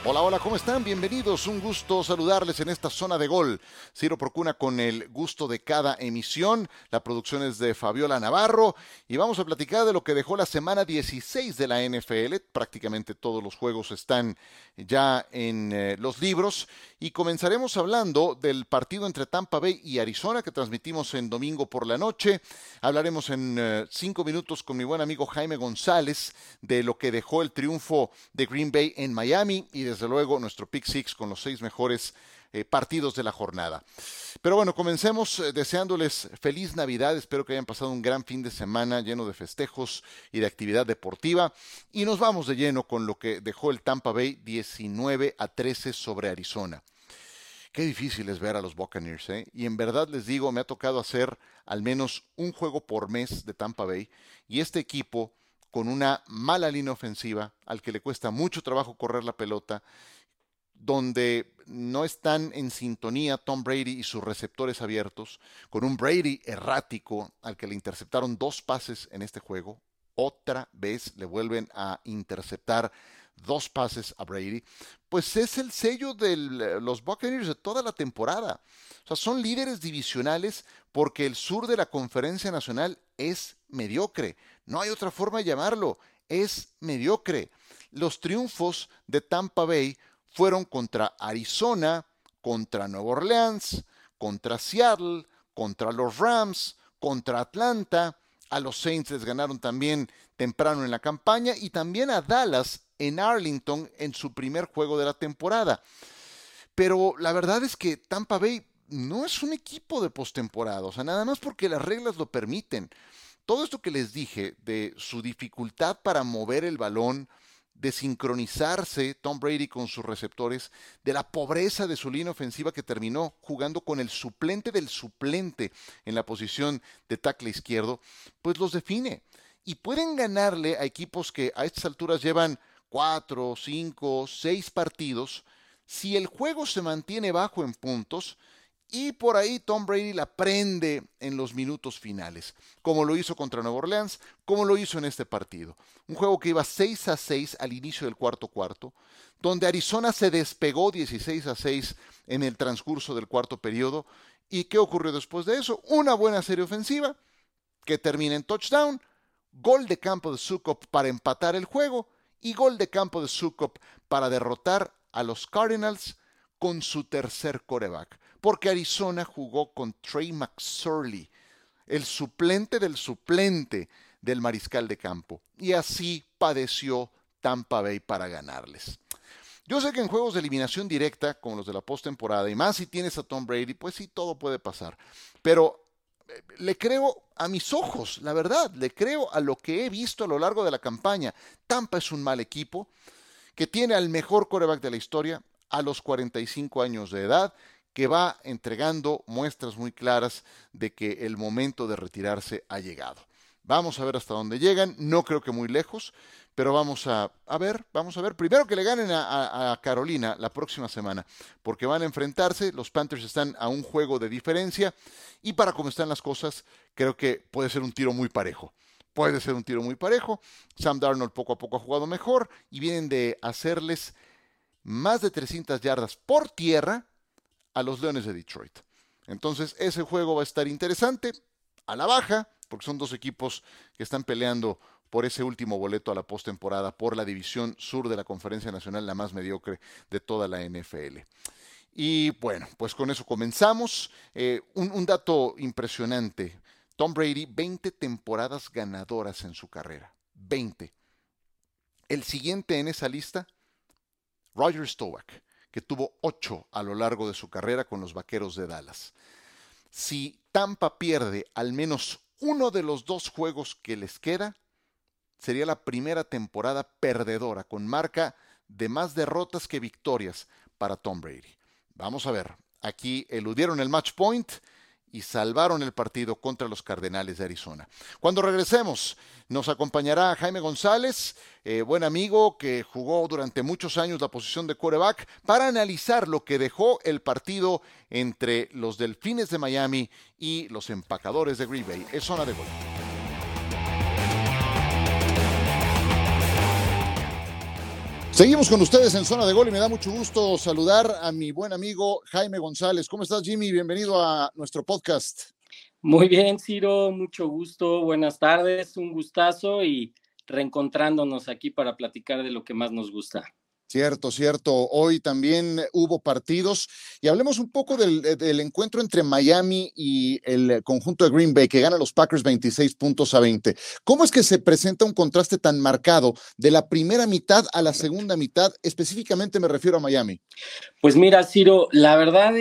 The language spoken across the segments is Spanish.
Hola, hola, ¿cómo están? Bienvenidos, un gusto saludarles en esta zona de gol. Ciro Procuna con el gusto de cada emisión. La producción es de Fabiola Navarro y vamos a platicar de lo que dejó la semana 16 de la NFL. Prácticamente todos los juegos están ya en los libros y comenzaremos hablando del partido entre Tampa Bay y Arizona que transmitimos en domingo por la noche. Hablaremos en 5 minutos con mi buen amigo Jaime González de lo que dejó el triunfo de Green Bay en Miami y desde luego nuestro Pick Six con los 6 mejores partidos de la jornada. Pero bueno, comencemos deseándoles feliz Navidad. Espero que hayan pasado un gran fin de semana lleno de festejos y de actividad deportiva. Y nos vamos de lleno con lo que dejó el Tampa Bay 19-13 sobre Arizona. Qué difícil es ver a los Buccaneers, ¿eh? Y en verdad les digo, me ha tocado hacer al menos un juego por mes de Tampa Bay. Y este equipo, con una mala línea ofensiva, al que le cuesta mucho trabajo correr la pelota, donde no están en sintonía Tom Brady y sus receptores abiertos, con un Brady errático al que le interceptaron 2 pases en este juego. Otra vez le vuelven a interceptar 2 pases a Brady, pues es el sello de los Buccaneers de toda la temporada. O sea, son líderes divisionales porque el sur de la Conferencia Nacional es mediocre. No hay otra forma de llamarlo, es mediocre. Los triunfos de Tampa Bay fueron contra Arizona, contra Nueva Orleans, contra Seattle, contra los Rams, contra Atlanta. A los Saints les ganaron también temprano en la campaña y también a Dallas en Arlington en su primer juego de la temporada. Pero la verdad es que Tampa Bay no es un equipo de postemporada, o sea, nada más porque las reglas lo permiten. Todo esto que les dije de su dificultad para mover el balón, de sincronizarse Tom Brady con sus receptores, de la pobreza de su línea ofensiva que terminó jugando con el suplente del suplente en la posición de tackle izquierdo, pues los define. Y pueden ganarle a equipos que a estas alturas llevan 4, 5, 6 partidos si el juego se mantiene bajo en puntos y por ahí Tom Brady la prende en los minutos finales, como lo hizo contra Nueva Orleans, como lo hizo en este partido. Un juego que iba 6-6 al inicio del cuarto cuarto, donde Arizona se despegó 16-6 en el transcurso del cuarto periodo. ¿Y qué ocurrió después de eso? Una buena serie ofensiva que termina en touchdown, gol de campo de Sukop para empatar el juego y gol de campo de Sukop para derrotar a los Cardinals con su tercer quarterback, porque Arizona jugó con Trey McSorley, el suplente del mariscal de campo, y así padeció Tampa Bay para ganarles. Yo sé que en juegos de eliminación directa, como los de la postemporada, y más si tienes a Tom Brady, pues sí, todo puede pasar, pero le creo a mis ojos, la verdad, le creo a lo que he visto a lo largo de la campaña. Tampa es un mal equipo que tiene al mejor quarterback de la historia a los 45 años de edad, que va entregando muestras muy claras de que el momento de retirarse ha llegado. Vamos a ver hasta dónde llegan, no creo que muy lejos, pero vamos a ver. Primero que le ganen a Carolina la próxima semana, porque van a enfrentarse, los Panthers están a un juego de diferencia, y para cómo están las cosas, creo que puede ser un tiro muy parejo. Puede ser un tiro muy parejo. Sam Darnold poco a poco ha jugado mejor y vienen de hacerles más de 300 yardas por tierra a los Leones de Detroit. Entonces ese juego va a estar interesante, a la baja, porque son dos equipos que están peleando por ese último boleto a la postemporada por la división sur de la Conferencia Nacional, la más mediocre de toda la NFL. Y bueno, pues con eso comenzamos. Un dato impresionante. Tom Brady, 20 temporadas ganadoras en su carrera. 20. El siguiente en esa lista, Roger Staubach, que tuvo 8 a lo largo de su carrera con los Vaqueros de Dallas. Si Tampa pierde al menos uno de los 2 juegos que les queda, sería la primera temporada perdedora, con marca de más derrotas que victorias para Tom Brady. Vamos a ver, aquí eludieron el match point y salvaron el partido contra los Cardenales de Arizona. Cuando regresemos, nos acompañará Jaime González, buen amigo que jugó durante muchos años la posición de quarterback, para analizar lo que dejó el partido entre los Delfines de Miami y los Empacadores de Green Bay. Es zona de gol. Seguimos con ustedes en Zona de Gol y me da mucho gusto saludar a mi buen amigo Jaime González. ¿Cómo estás, Jimmy? Bienvenido a nuestro podcast. Muy bien, Ciro, mucho gusto, buenas tardes, un gustazo y reencontrándonos aquí para platicar de lo que más nos gusta. Cierto, cierto. Hoy también hubo partidos y hablemos un poco del encuentro entre Miami y el conjunto de Green Bay que gana los Packers 26-20. ¿Cómo es que se presenta un contraste tan marcado de la primera mitad a la segunda mitad? Específicamente me refiero a Miami. Pues mira, Ciro, la verdad,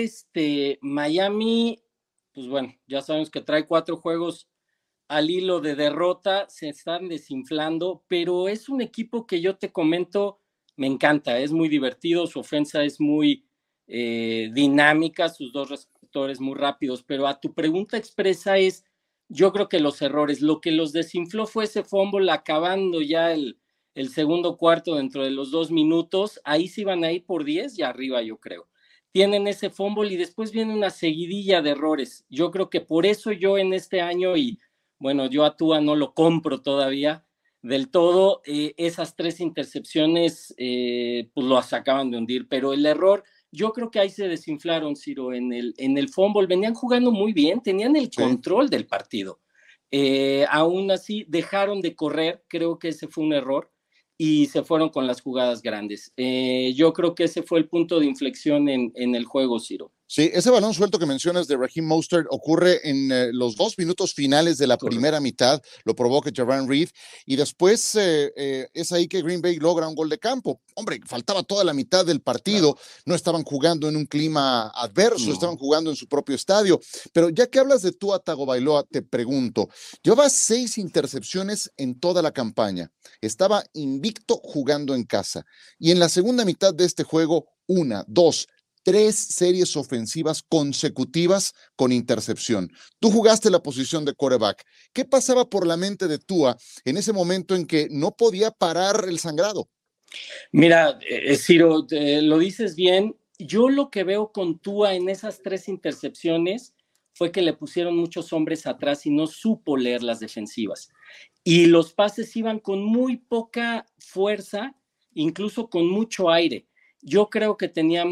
Miami, pues bueno, ya sabemos que trae 4 juegos al hilo de derrota, se están desinflando, pero es un equipo que yo te comento, me encanta, es muy divertido, su ofensa es muy dinámica, sus dos receptores muy rápidos, pero a tu pregunta expresa es, yo creo que los errores, lo que los desinfló fue ese fumble acabando ya el segundo cuarto dentro de los 2 minutos, ahí sí van a ir por 10 y arriba yo creo. Tienen ese fumble y después viene una seguidilla de errores. Yo creo que por eso yo en este año y bueno, yo a Tua no lo compro todavía del todo, esas 3 intercepciones pues lo acaban de hundir, pero el error, yo creo que ahí se desinflaron, Ciro, en el fumble, venían jugando muy bien, tenían el control del partido, aún así dejaron de correr, creo que ese fue un error, y se fueron con las jugadas grandes. Yo creo que ese fue el punto de inflexión en el juego, Ciro. Sí, ese balón suelto que mencionas de Raheem Mostert ocurre en los 2 minutos finales de la primera mitad, lo provoca Jarran Reed, y después es ahí que Green Bay logra un gol de campo. Hombre, faltaba toda la mitad del partido, no estaban jugando en un clima adverso, estaban jugando en su propio estadio. Pero ya que hablas de Tua Tagovailoa, te pregunto, lleva 6 intercepciones en toda la campaña, estaba invicto jugando en casa, y en la segunda mitad de este juego, 1, 2, 3 series ofensivas consecutivas con intercepción. Tú jugaste la posición de quarterback. ¿Qué pasaba por la mente de Tua en ese momento en que no podía parar el sangrado? Mira, Ciro, lo dices bien. Yo lo que veo con Tua en esas 3 intercepciones fue que le pusieron muchos hombres atrás y no supo leer las defensivas. Y los pases iban con muy poca fuerza, incluso con mucho aire. Yo creo que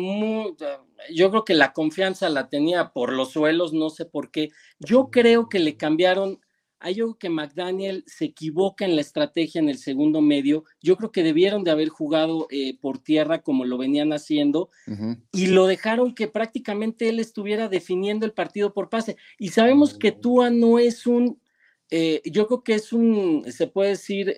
yo creo que la confianza la tenía por los suelos, no sé por qué. Yo creo que le cambiaron. Yo creo que McDaniel se equivoca en la estrategia en el segundo medio. Yo creo que debieron de haber jugado por tierra como lo venían haciendo y lo dejaron que prácticamente él estuviera definiendo el partido por pase. Y sabemos que Tua no es yo creo que se puede decir,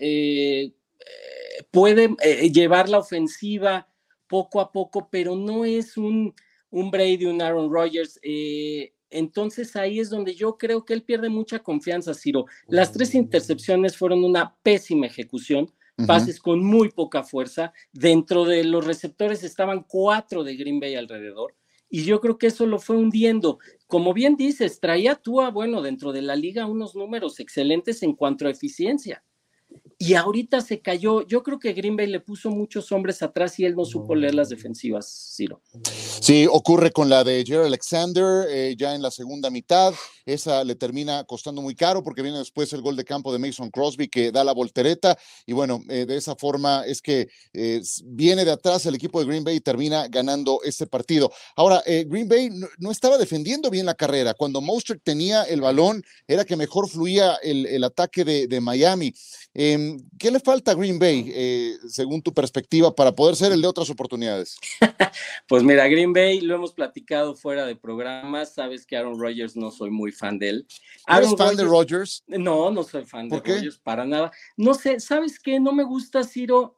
puede llevar la ofensiva poco a poco, pero no es un Brady, un Aaron Rodgers. Entonces ahí es donde yo creo que él pierde mucha confianza, Ciro. Las 3 intercepciones fueron una pésima ejecución, pases con muy poca fuerza. Dentro de los receptores estaban 4 de Green Bay alrededor. Y yo creo que eso lo fue hundiendo. Como bien dices, traía Tua, bueno, dentro de la liga unos números excelentes en cuanto a eficiencia. Y ahorita se cayó. Yo creo que Green Bay le puso muchos hombres atrás y él no supo leer las defensivas, Ciro. Sí, ocurre con la de Jaire Alexander ya en la segunda mitad. Esa le termina costando muy caro porque viene después el gol de campo de Mason Crosby que da la voltereta. Y bueno, de esa forma es que viene de atrás el equipo de Green Bay y termina ganando este partido. Ahora, Green Bay no estaba defendiendo bien la carrera. Cuando Mostert tenía el balón, era que mejor fluía el ataque de Miami. ¿Qué le falta a Green Bay, según tu perspectiva, para poder ser el de otras oportunidades? Pues mira, Green Bay, lo hemos platicado fuera de programas, sabes que Aaron Rodgers no soy muy fan de él. ¿Eres fan de Rodgers? No, no soy fan de qué? Rodgers, para nada. No sé, ¿sabes qué? No me gusta, Ciro,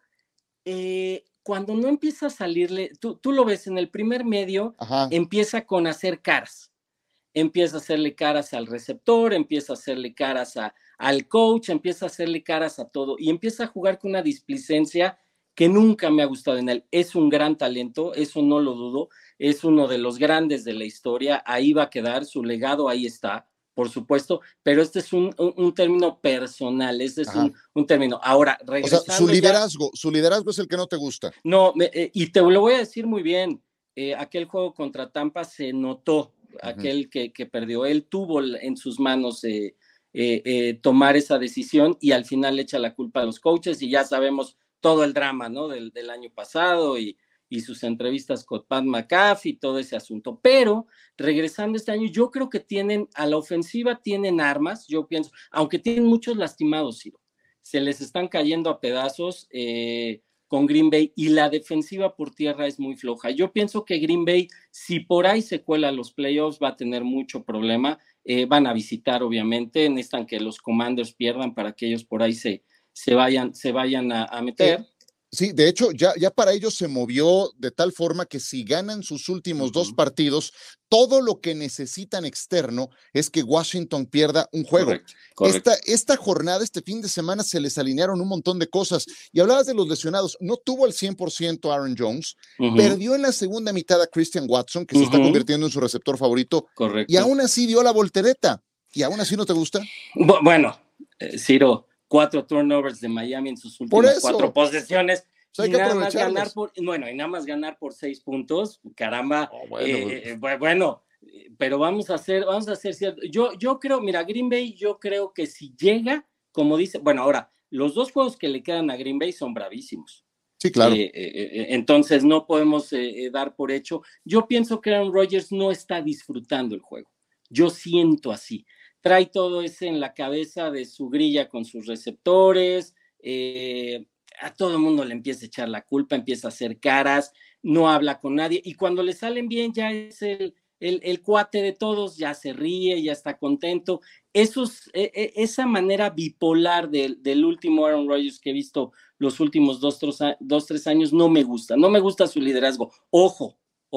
cuando no empieza a salirle, tú lo ves en el primer medio, empieza con hacer caras. Empieza a hacerle caras al receptor, empieza a hacerle caras al coach, empieza a hacerle caras a todo y empieza a jugar con una displicencia que nunca me ha gustado en él. Es un gran talento, eso no lo dudo, es uno de los grandes de la historia, ahí va a quedar, su legado ahí está, por supuesto, pero este es un término personal, este es un término. Ahora, regresando. O sea, su liderazgo es el que no te gusta. No, y te lo voy a decir muy bien, aquel juego contra Tampa se notó, aquel que perdió, él tuvo en sus manos tomar esa decisión y al final le echa la culpa a los coaches y ya sabemos todo el drama, ¿no? Del año pasado y sus entrevistas con Pat McAfee y todo ese asunto. Pero regresando este año, yo creo que tienen, a la ofensiva tienen armas, yo pienso, aunque tienen muchos lastimados, Ciro, se les están cayendo a pedazos con Green Bay y la defensiva por tierra es muy floja. Yo pienso que Green Bay, si por ahí se cuela a los playoffs, va a tener mucho problema. Van a visitar, obviamente, necesitan que los Commanders pierdan para que ellos por ahí se vayan a meter. Sí, de hecho, ya para ellos se movió de tal forma que si ganan sus últimos dos partidos, todo lo que necesitan externo es que Washington pierda un juego. Correcto. Esta jornada, este fin de semana, se les alinearon un montón de cosas. Y hablabas de los lesionados. No tuvo al 100% Aaron Jones. Perdió en la segunda mitad a Christian Watson, que se está convirtiendo en su receptor favorito. Correcto. Y aún así dio la voltereta. ¿Y aún así no te gusta? Bueno, Ciro, 4 turnovers de Miami en sus últimas 4 posesiones. O sea, hay que aprovecharlos. Y nada más ganar por 6 puntos, caramba. Bueno, pero vamos a hacer cierto. Yo creo, mira, Green Bay, yo creo que si llega, como dice, bueno, ahora, los 2 juegos que le quedan a Green Bay son bravísimos. Sí, claro. Entonces no podemos dar por hecho. Yo pienso que Aaron Rodgers no está disfrutando el juego. Yo siento así. Trae todo ese en la cabeza de su grilla con sus receptores, a todo el mundo le empieza a echar la culpa, empieza a hacer caras, no habla con nadie, y cuando le salen bien ya es el cuate de todos, ya se ríe, ya está contento. Esa manera bipolar del último Aaron Rodgers que he visto los últimos 2-3 años no me gusta su liderazgo. Ojo,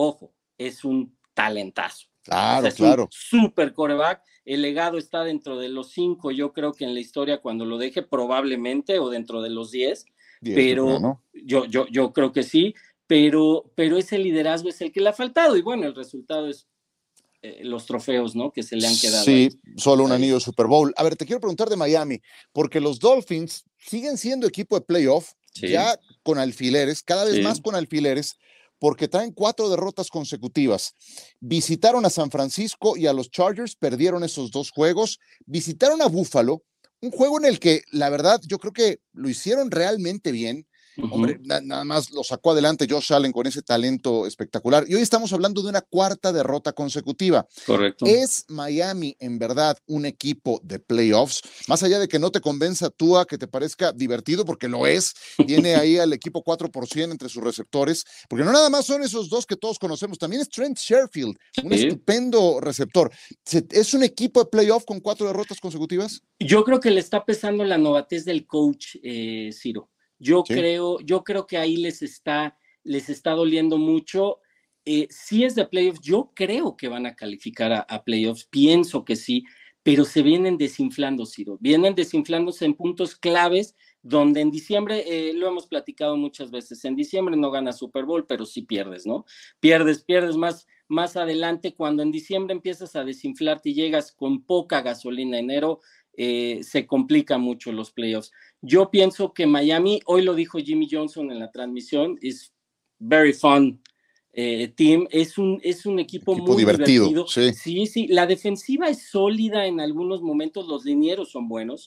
es un talentazo. Claro, es un super quarterback. El legado está dentro de los 5, yo creo que en la historia cuando lo deje probablemente, o dentro de los 10, pero ¿no? yo creo que sí, pero ese liderazgo es el que le ha faltado y bueno, el resultado es los trofeos, ¿no? Que se le han quedado. Sí, solo un anillo de Super Bowl. A ver, te quiero preguntar de Miami, porque los Dolphins siguen siendo equipo de playoff, ya con alfileres, cada vez más con alfileres, porque traen 4 derrotas consecutivas. Visitaron a San Francisco y a los Chargers, perdieron esos 2 juegos. Visitaron a Buffalo, un juego en el que, la verdad, yo creo que lo hicieron realmente bien. Hombre, nada más lo sacó adelante Josh Allen con ese talento espectacular. Y hoy estamos hablando de una 4ª derrota consecutiva. Correcto. ¿Es Miami en verdad un equipo de playoffs? Más allá de que no te convenza Tua, que te parezca divertido, porque lo es. Tiene ahí al equipo 4% entre sus receptores, porque no nada más son esos 2 que todos conocemos, también es Trent Sherfield, un estupendo receptor. ¿Es un equipo de playoff con 4 derrotas consecutivas? Yo creo que le está pesando la novatez del coach, Ciro. Yo creo que ahí les está doliendo mucho. Si es de playoffs, yo creo que van a calificar a playoffs, pienso que sí, pero se vienen desinflando, Ciro. Vienen desinflándose en puntos claves, donde en diciembre, lo hemos platicado muchas veces, en diciembre no ganas Super Bowl, pero sí pierdes, ¿no? Pierdes más adelante, cuando en diciembre empiezas a desinflarte y llegas con poca gasolina enero, se complican mucho los playoffs. Yo pienso que Miami, hoy lo dijo Jimmy Johnson en la transmisión, es very fun team, es un equipo muy divertido. Sí, la defensiva es sólida en algunos momentos, los linieros son buenos,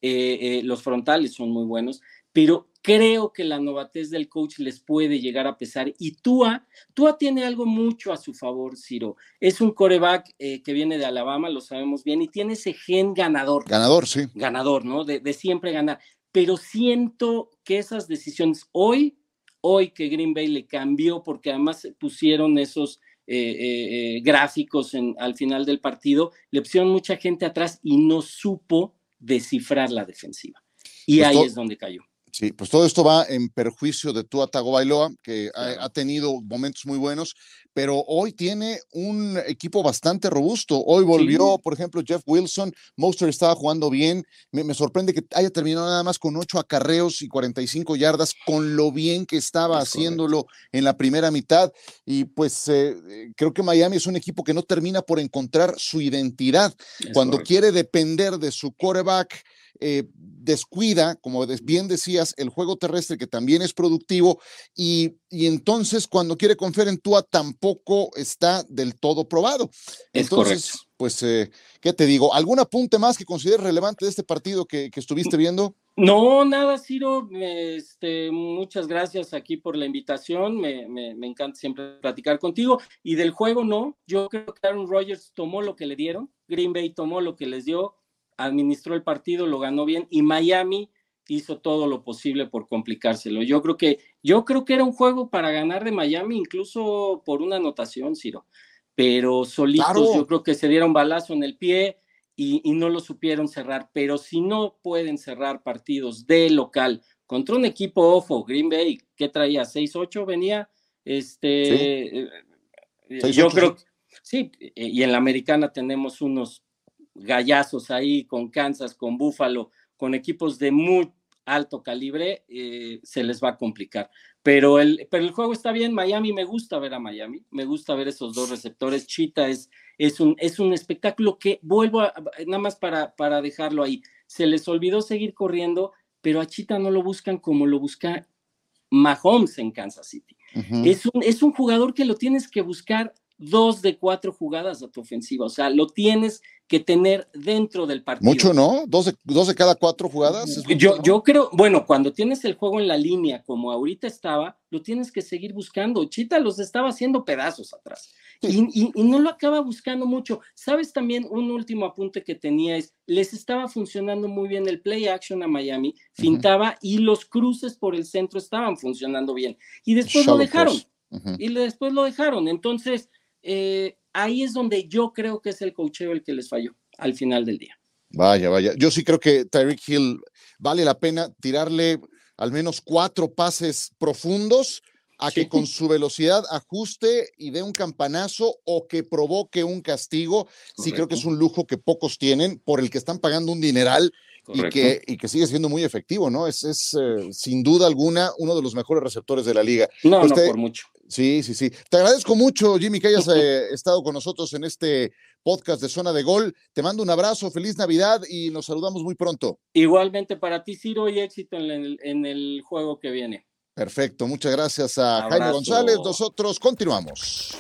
los frontales son muy buenos, pero creo que la novatez del coach les puede llegar a pesar, y Tua tiene algo mucho a su favor, Ciro. Es un quarterback que viene de Alabama, lo sabemos bien, y tiene ese gen ganador. Sí. Ganador, ¿no? De siempre ganar. Pero siento que esas decisiones hoy que Green Bay le cambió, porque además pusieron esos gráficos al final del partido, le pusieron mucha gente atrás y no supo descifrar la defensiva. Y pues ahí es donde cayó. Sí, pues todo esto va en perjuicio de Tua Tagovailoa, que ha tenido momentos muy buenos, pero hoy tiene un equipo bastante robusto. Hoy volvió, por ejemplo, Jeff Wilson. Mostert estaba jugando bien. Me sorprende que haya terminado nada más con 8 acarreos y 45 yardas, con lo bien que estaba haciéndolo en la primera mitad. Y pues creo que Miami es un equipo que no termina por encontrar su identidad. Cuando quiere depender de su quarterback, descuida, como bien decías, el juego terrestre, que también es productivo, y entonces cuando quiere confiar en Tua tampoco está del todo probado. Es correcto. Entonces, pues, ¿qué te digo? ¿Algún apunte más que consideres relevante de este partido que estuviste viendo? No, nada, Ciro, muchas gracias aquí por la invitación, me encanta siempre platicar contigo, y del juego no, yo creo que Aaron Rodgers tomó lo que le dieron, Green Bay tomó lo que les dio, administró el partido, lo ganó bien, y Miami hizo todo lo posible por complicárselo. Yo creo que era un juego para ganar de Miami, incluso por una anotación, Ciro, pero solitos, claro. Yo creo que se dieron balazo en el pie, y no lo supieron cerrar, pero si no pueden cerrar partidos de local contra un equipo, ojo, Green Bay, ¿qué traía? 6-8 venía, Sí. Yo creo que sí, y en la americana tenemos unos gallazos ahí con Kansas, con Buffalo, con equipos de muy alto calibre, se les va a complicar. Pero el juego está bien. Miami, me gusta ver a Miami, me gusta ver esos dos receptores. Cheetah es un espectáculo que vuelvo nada más para dejarlo ahí. Se les olvidó seguir corriendo, pero a Cheetah no lo buscan como lo busca Mahomes en Kansas City. Uh-huh. Es un jugador que lo tienes que buscar 2 de 4 jugadas a tu ofensiva, o sea, lo tienes que tener dentro del partido. Mucho, ¿no? ¿Dos de cada 4 jugadas? ¿Es mucho, no? Yo creo, bueno, cuando tienes el juego en la línea, como ahorita estaba, lo tienes que seguir buscando. Cheetah los estaba haciendo pedazos atrás. Sí. Y no lo acaba buscando mucho. ¿Sabes? También un último apunte que tenía es, les estaba funcionando muy bien el play action a Miami, fintaba, uh-huh. Y los cruces por el centro estaban funcionando bien. Y después lo dejaron. Uh-huh. Y después lo dejaron. Entonces, ahí es donde yo creo que es el coacheo el que les falló al final del día. Vaya. Yo sí creo que Tyreek Hill vale la pena tirarle al menos 4 pases profundos a que con su velocidad ajuste y dé un campanazo o que provoque un castigo. Correcto. Sí creo que es un lujo que pocos tienen, por el que están pagando un dineral y que sigue siendo muy efectivo, ¿no? Es sin duda alguna uno de los mejores receptores de la liga. No, por mucho. Sí. Te agradezco mucho, Jimmy, que hayas estado con nosotros en este podcast de Zona de Gol. Te mando un abrazo, feliz Navidad y nos saludamos muy pronto. Igualmente para ti, Ciro, y éxito en el juego que viene. Perfecto, muchas gracias a Jaime González. Nosotros continuamos.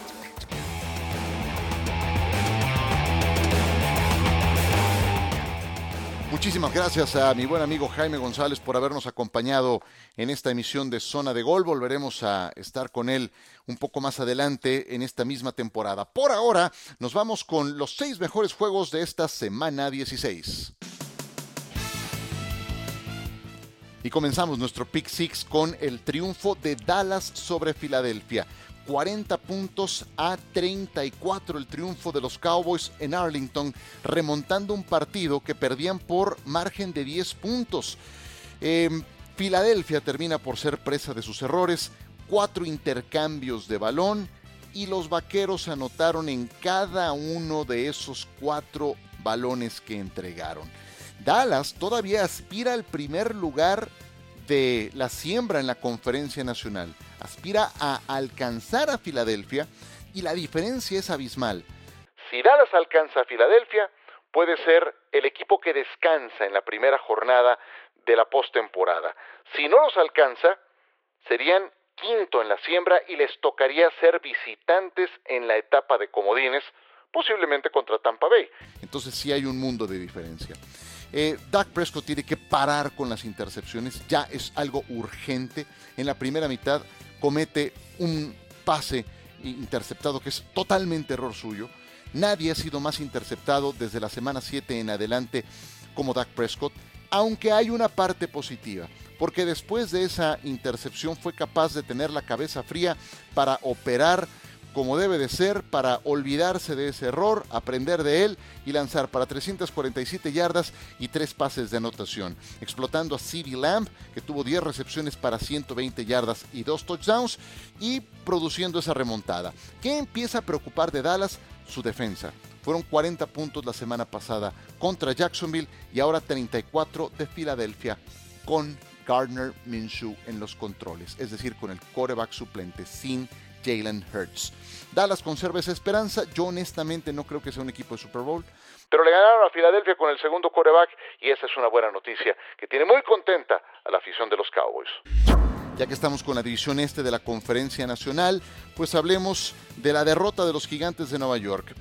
Muchísimas gracias a mi buen amigo Jaime González por habernos acompañado en esta emisión de Zona de Gol. Volveremos a estar con él un poco más adelante en esta misma temporada. Por ahora, nos vamos con los 6 mejores juegos de esta semana 16. Y comenzamos nuestro Pick Six con el triunfo de Dallas sobre Filadelfia. 40-34 el triunfo de los Cowboys en Arlington, remontando un partido que perdían por margen de 10 puntos. Filadelfia termina por ser presa de sus errores, 4 intercambios de balón y los Vaqueros anotaron en cada uno de esos 4 balones que entregaron. Dallas todavía aspira al primer lugar de la siembra en la Conferencia Nacional. Aspira a alcanzar a Filadelfia y la diferencia es abismal. Si Dallas alcanza a Filadelfia, puede ser el equipo que descansa en la primera jornada de la postemporada. Si no los alcanza, serían quinto en la siembra y les tocaría ser visitantes en la etapa de comodines, posiblemente contra Tampa Bay. Entonces sí hay un mundo de diferencia. Dak Prescott tiene que parar con las intercepciones, ya es algo urgente. En la primera mitad comete un pase interceptado que es totalmente error suyo. Nadie ha sido más interceptado desde la semana 7 en adelante como Dak Prescott, aunque hay una parte positiva, porque después de esa intercepción fue capaz de tener la cabeza fría para operar como debe de ser, para olvidarse de ese error, aprender de él y lanzar para 347 yardas y 3 pases de anotación, explotando a CeeDee Lamb, que tuvo 10 recepciones para 120 yardas y 2 touchdowns, y produciendo esa remontada. ¿Qué empieza a preocupar de Dallas? Su defensa. Fueron 40 puntos la semana pasada contra Jacksonville y ahora 34 de Filadelfia con Gardner Minshew en los controles, es decir, con el quarterback suplente, sin Jalen Hurts. Dallas conserva esa esperanza. Yo honestamente no creo que sea un equipo de Super Bowl, pero le ganaron a Filadelfia con el segundo quarterback y esa es una buena noticia que tiene muy contenta a la afición de los Cowboys. Ya que estamos con la división este de la Conferencia Nacional, pues hablemos de la derrota de los Gigantes de Nueva York,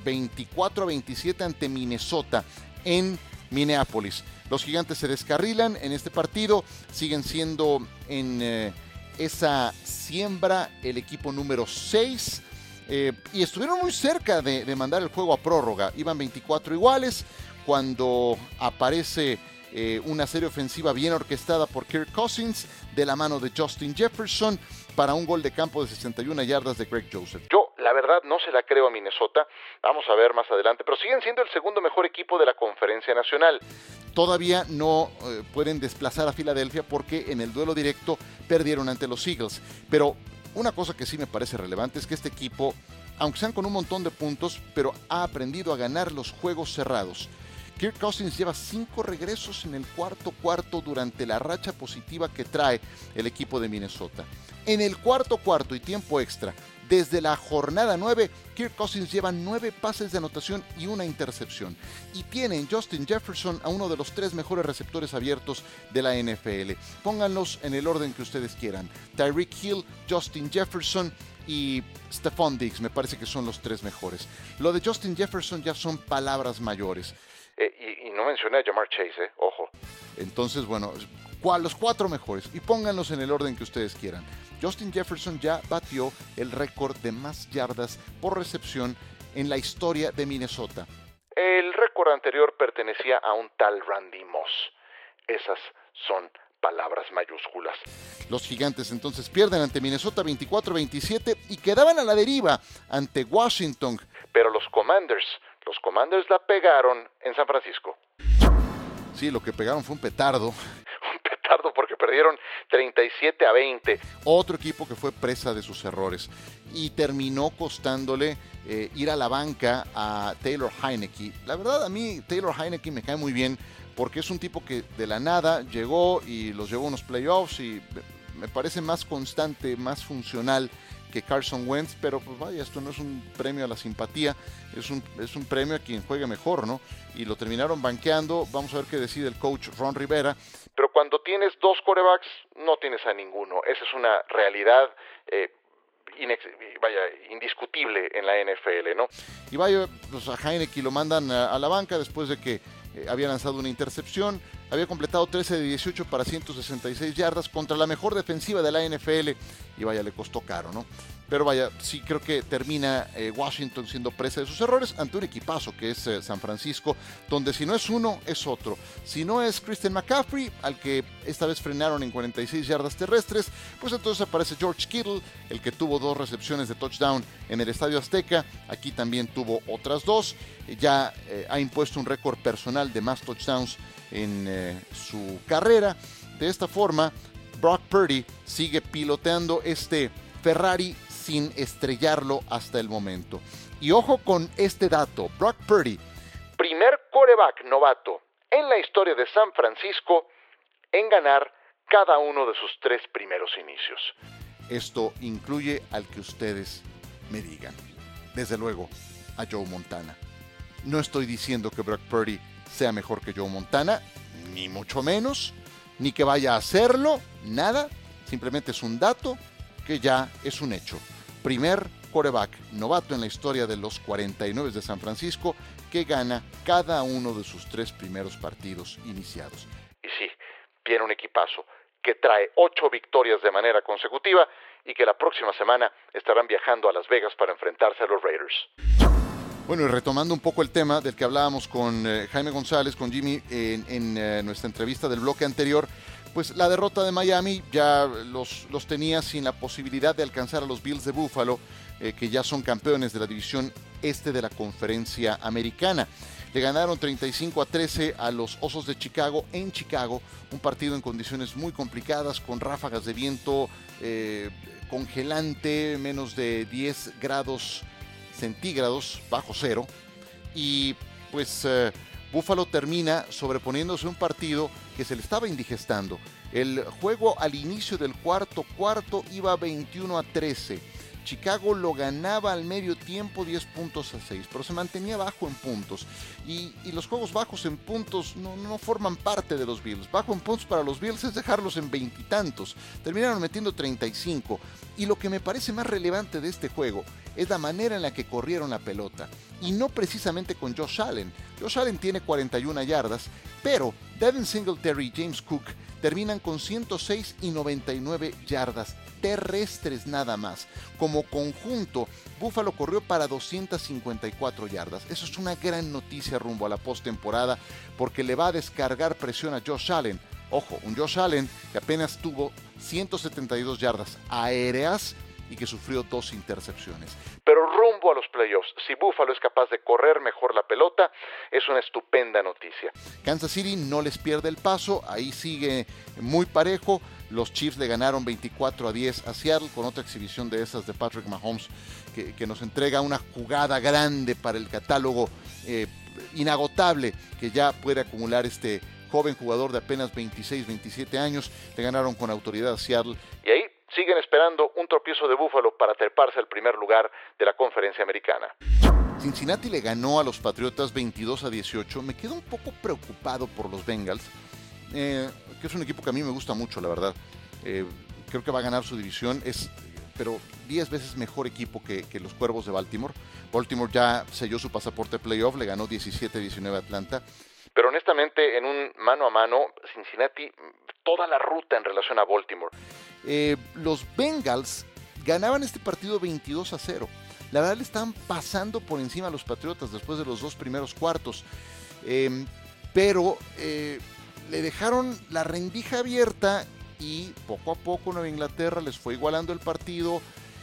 24-27 ante Minnesota en Minneapolis. Los Gigantes se descarrilan en este partido, siguen siendo en esa siembra el equipo número 6 y estuvieron muy cerca de mandar el juego a prórroga. Iban 24 iguales cuando aparece una serie ofensiva bien orquestada por Kirk Cousins de la mano de Justin Jefferson para un gol de campo de 61 yardas de Greg Joseph. Yo, la verdad, no se la creo a Minnesota. Vamos a ver más adelante, pero siguen siendo el segundo mejor equipo de la Conferencia Nacional. Todavía no pueden desplazar a Filadelfia porque en el duelo directo perdieron ante los Eagles. Pero una cosa que sí me parece relevante es que este equipo, aunque sean con un montón de puntos, pero ha aprendido a ganar los juegos cerrados. Kirk Cousins lleva 5 regresos en el cuarto durante la racha positiva que trae el equipo de Minnesota. En el cuarto y tiempo extra, desde la jornada 9, Kirk Cousins lleva 9 pases de anotación y una intercepción. Y tiene en Justin Jefferson a uno de los 3 mejores receptores abiertos de la NFL. Pónganlos en el orden que ustedes quieran. Tyreek Hill, Justin Jefferson y Stephon Diggs, me parece que son los 3 mejores. Lo de Justin Jefferson ya son palabras mayores. Y no mencioné a Ja'Marr Chase, ojo. Entonces, bueno, los 4 mejores. Y pónganlos en el orden que ustedes quieran. Justin Jefferson ya batió el récord de más yardas por recepción en la historia de Minnesota. El récord anterior pertenecía a un tal Randy Moss. Esas son palabras mayúsculas. Los Gigantes entonces pierden ante Minnesota 24-27 y quedaban a la deriva ante Washington. Pero los Commanders la pegaron en San Francisco. Sí, lo que pegaron fue un petardo. Un petardo porque perdieron 37-20. Otro equipo que fue presa de sus errores y terminó costándole ir a la banca a Taylor Heinicke. La verdad, a mí Taylor Heinicke me cae muy bien porque es un tipo que de la nada llegó y los llevó a unos playoffs y me parece más constante, más funcional que Carson Wentz, pero pues vaya, esto no es un premio a la simpatía, es un premio a quien juegue mejor, ¿no? Y lo terminaron banqueando. Vamos a ver qué decide el coach Ron Rivera. Pero cuando tienes 2 quarterbacks, no tienes a ninguno. Esa es una realidad indiscutible en la NFL, ¿no? Y vaya, pues a Heinicke lo mandan a la banca después de que había lanzado una intercepción, había completado 13 de 18 para 166 yardas contra la mejor defensiva de la NFL y vaya, le costó caro, ¿no? Pero vaya, sí creo que termina Washington siendo presa de sus errores ante un equipazo que es San Francisco, donde si no es uno, es otro. Si no es Christian McCaffrey, al que esta vez frenaron en 46 yardas terrestres, pues entonces aparece George Kittle, el que tuvo 2 recepciones de touchdown en el Estadio Azteca. Aquí también tuvo otras 2. Ya ha impuesto un récord personal de más touchdowns en su carrera. De esta forma, Brock Purdy sigue piloteando este Ferrari sin estrellarlo hasta el momento. Y ojo con este dato, Brock Purdy, primer quarterback novato en la historia de San Francisco en ganar cada uno de sus 3 primeros inicios. Esto incluye al que ustedes me digan. Desde luego, a Joe Montana. No estoy diciendo que Brock Purdy sea mejor que Joe Montana, ni mucho menos, ni que vaya a hacerlo, nada. Simplemente es un dato que ya es un hecho. Primer quarterback novato en la historia de los 49 de San Francisco que gana cada uno de sus 3 primeros partidos iniciados. Y sí, viene un equipazo que trae 8 victorias de manera consecutiva y que la próxima semana estarán viajando a Las Vegas para enfrentarse a los Raiders. Bueno, y retomando un poco el tema del que hablábamos con Jaime González, con Jimmy, en nuestra entrevista del bloque anterior, pues la derrota de Miami ya los tenía sin la posibilidad de alcanzar a los Bills de Buffalo, que ya son campeones de la división este de la Conferencia Americana. Le ganaron 35-13 a los Osos de Chicago en Chicago, un partido en condiciones muy complicadas, con ráfagas de viento congelante, menos de 10 grados centígrados, bajo cero, y pues Buffalo termina sobreponiéndose un partido que se le estaba indigestando. El juego al inicio del cuarto iba 21-13. Chicago lo ganaba al medio tiempo 10-6, pero se mantenía bajo en puntos. Y los juegos bajos en puntos no forman parte de los Bills. Bajo en puntos para los Bills es dejarlos en 20 y tantos. Terminaron metiendo 35. Y lo que me parece más relevante de este juego es la manera en la que corrieron la pelota. Y no precisamente con Josh Allen. Josh Allen tiene 41 yardas, pero Devin Singletary y James Cook terminan con 106 y 99 yardas terrestres nada más. Como conjunto, Buffalo corrió para 254 yardas. Eso es una gran noticia rumbo a la postemporada porque le va a descargar presión a Josh Allen. Ojo, un Josh Allen que apenas tuvo 172 yardas aéreas y que sufrió 2 intercepciones. Pero rumbo a los playoffs, si Buffalo es capaz de correr mejor la pelota, es una estupenda noticia. Kansas City no les pierde el paso, ahí sigue muy parejo. Los Chiefs le ganaron 24-10 a Seattle con otra exhibición de esas de Patrick Mahomes que nos entrega una jugada grande para el catálogo inagotable que ya puede acumular este joven jugador de apenas 26-27 años. Le ganaron con autoridad a Seattle y ahí siguen esperando un tropiezo de Buffalo para treparse al primer lugar de la conferencia americana. Cincinnati le ganó a los Patriotas 22-18. Me quedo un poco preocupado por los Bengals, que es un equipo que a mí me gusta mucho, la verdad. Creo que va a ganar su división, pero 10 veces mejor equipo que los Cuervos de Baltimore. Baltimore ya selló su pasaporte playoff, le ganó 17-19 a Atlanta. Pero honestamente, en un mano a mano, Cincinnati, toda la ruta en relación a Baltimore. Los Bengals ganaban este partido 22-0. La verdad le estaban pasando por encima a los Patriotas después de los 2 primeros cuartos. Pero le dejaron la rendija abierta y poco a poco Nueva Inglaterra les fue igualando el partido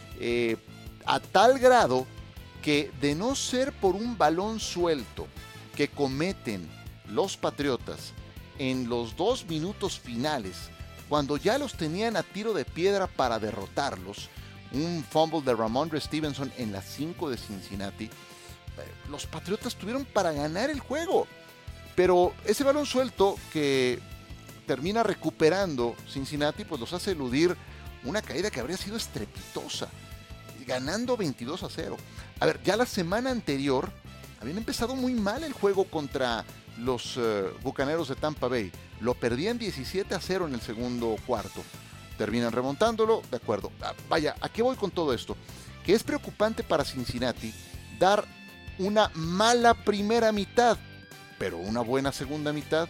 a tal grado que, de no ser por un balón suelto que cometen los Patriotas en los 2 minutos finales, cuando ya los tenían a tiro de piedra para derrotarlos, un fumble de Ramondre Stevenson en las 5 de Cincinnati, los Patriotas tuvieron para ganar el juego. Pero ese balón suelto que termina recuperando Cincinnati, pues los hace eludir una caída que habría sido estrepitosa, ganando 22-0. A ver, ya la semana anterior habían empezado muy mal el juego contra los Bucaneros de Tampa Bay. Lo perdían 17-0 en el segundo cuarto. Terminan remontándolo, de acuerdo. Vaya, ¿a qué voy con todo esto? Que es preocupante para Cincinnati dar una mala primera mitad, pero una buena segunda mitad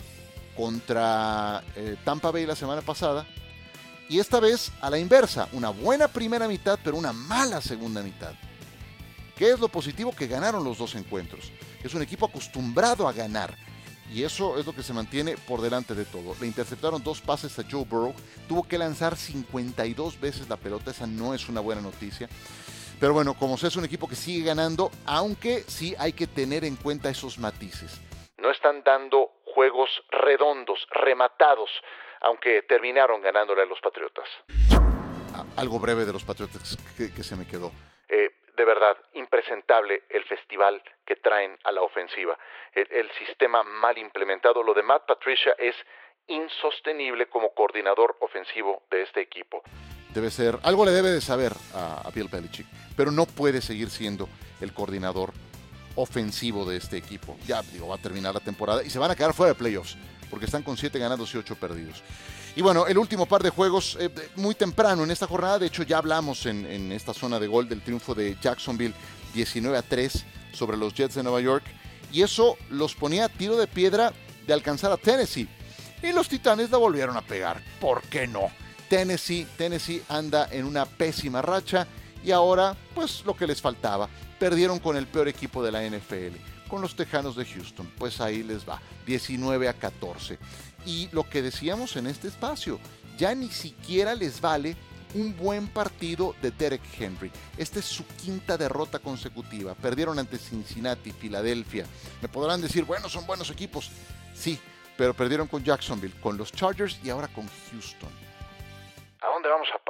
contra Tampa Bay la semana pasada. Y esta vez a la inversa, una buena primera mitad, pero una mala segunda mitad. ¿Qué es lo positivo? Que ganaron los 2 encuentros. Es un equipo acostumbrado a ganar. Y eso es lo que se mantiene por delante de todo. Le interceptaron 2 pases a Joe Burrow. Tuvo que lanzar 52 veces la pelota. Esa no es una buena noticia. Pero bueno, como sea, es un equipo que sigue ganando, aunque sí hay que tener en cuenta esos matices. No están dando juegos redondos, rematados, aunque terminaron ganándole a los Patriotas. Algo breve de los Patriotas que se me quedó. De verdad, impresentable el festival que traen a la ofensiva. El sistema mal implementado. Lo de Matt Patricia es insostenible como coordinador ofensivo de este equipo. Algo le debe de saber a Bill Belichick, pero no puede seguir siendo el coordinador ofensivo de este equipo. Ya, va a terminar la temporada y se van a quedar fuera de playoffs, porque están con 7 ganados y 8 perdidos. Y bueno, el último par de juegos muy temprano en esta jornada. De hecho, ya hablamos en esta zona de gol del triunfo de Jacksonville 19-3 sobre los Jets de Nueva York. Y eso los ponía a tiro de piedra de alcanzar a Tennessee. Y los Titanes la volvieron a pegar. ¿Por qué no? Tennessee anda en una pésima racha y ahora, pues lo que les faltaba. Perdieron con el peor equipo de la NFL, con los Tejanos de Houston. Pues ahí les va, 19-14. Y lo que decíamos en este espacio, ya ni siquiera les vale un buen partido de Derek Henry. Esta es su 5ª derrota consecutiva. Perdieron ante Cincinnati, Filadelfia. Me podrán decir, bueno, son buenos equipos. Sí, pero perdieron con Jacksonville, con los Chargers y ahora con Houston. ¿A dónde vamos a parar?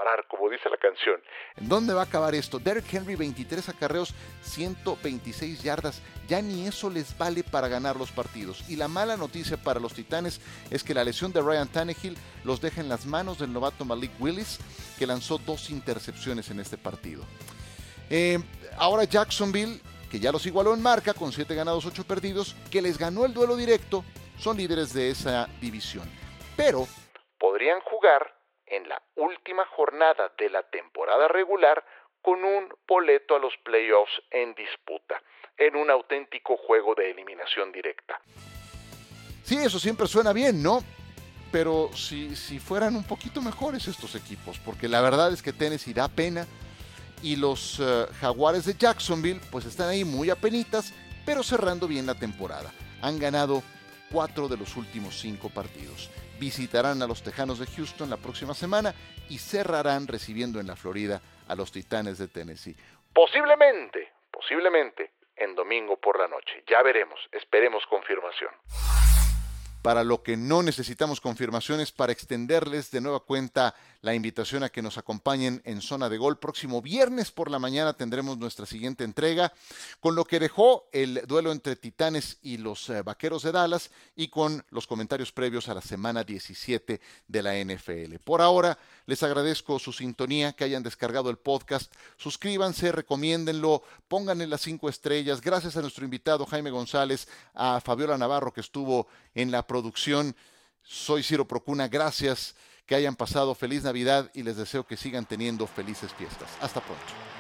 acabar, como dice la canción. ¿En dónde va a acabar esto? Derrick Henry, 23 acarreos, 126 yardas. Ya ni eso les vale para ganar los partidos. Y la mala noticia para los Titanes es que la lesión de Ryan Tannehill los deja en las manos del novato Malik Willis, que lanzó 2 intercepciones en este partido. Ahora Jacksonville, que ya los igualó en marca con 7 ganados, 8 perdidos, que les ganó el duelo directo, son líderes de esa división. Pero podrían jugar en la última jornada de la temporada regular con un boleto a los playoffs en disputa, en un auténtico juego de eliminación directa. Sí, eso siempre suena bien, ¿no? Pero si fueran un poquito mejores estos equipos, porque la verdad es que Tennessee da pena y los Jaguares de Jacksonville pues están ahí muy apenitas, pero cerrando bien la temporada. Han ganado 4 de los últimos 5 partidos. Visitarán a los Tejanos de Houston la próxima semana y cerrarán recibiendo en la Florida a los Titanes de Tennessee. Posiblemente en domingo por la noche. Ya veremos, esperemos confirmación. Para lo que no necesitamos confirmaciones, para extenderles de nueva cuenta la invitación a que nos acompañen en Zona de Gol. Próximo viernes por la mañana tendremos nuestra siguiente entrega, con lo que dejó el duelo entre Titanes y los Vaqueros de Dallas y con los comentarios previos a la semana 17 de la NFL. Por ahora, les agradezco su sintonía, que hayan descargado el podcast. Suscríbanse, recomiéndenlo, pónganle las 5 estrellas. Gracias a nuestro invitado Jaime González, a Fabiola Navarro, que estuvo en la producción. Soy Ciro Procuna, gracias, que hayan pasado feliz Navidad y les deseo que sigan teniendo felices fiestas. Hasta pronto.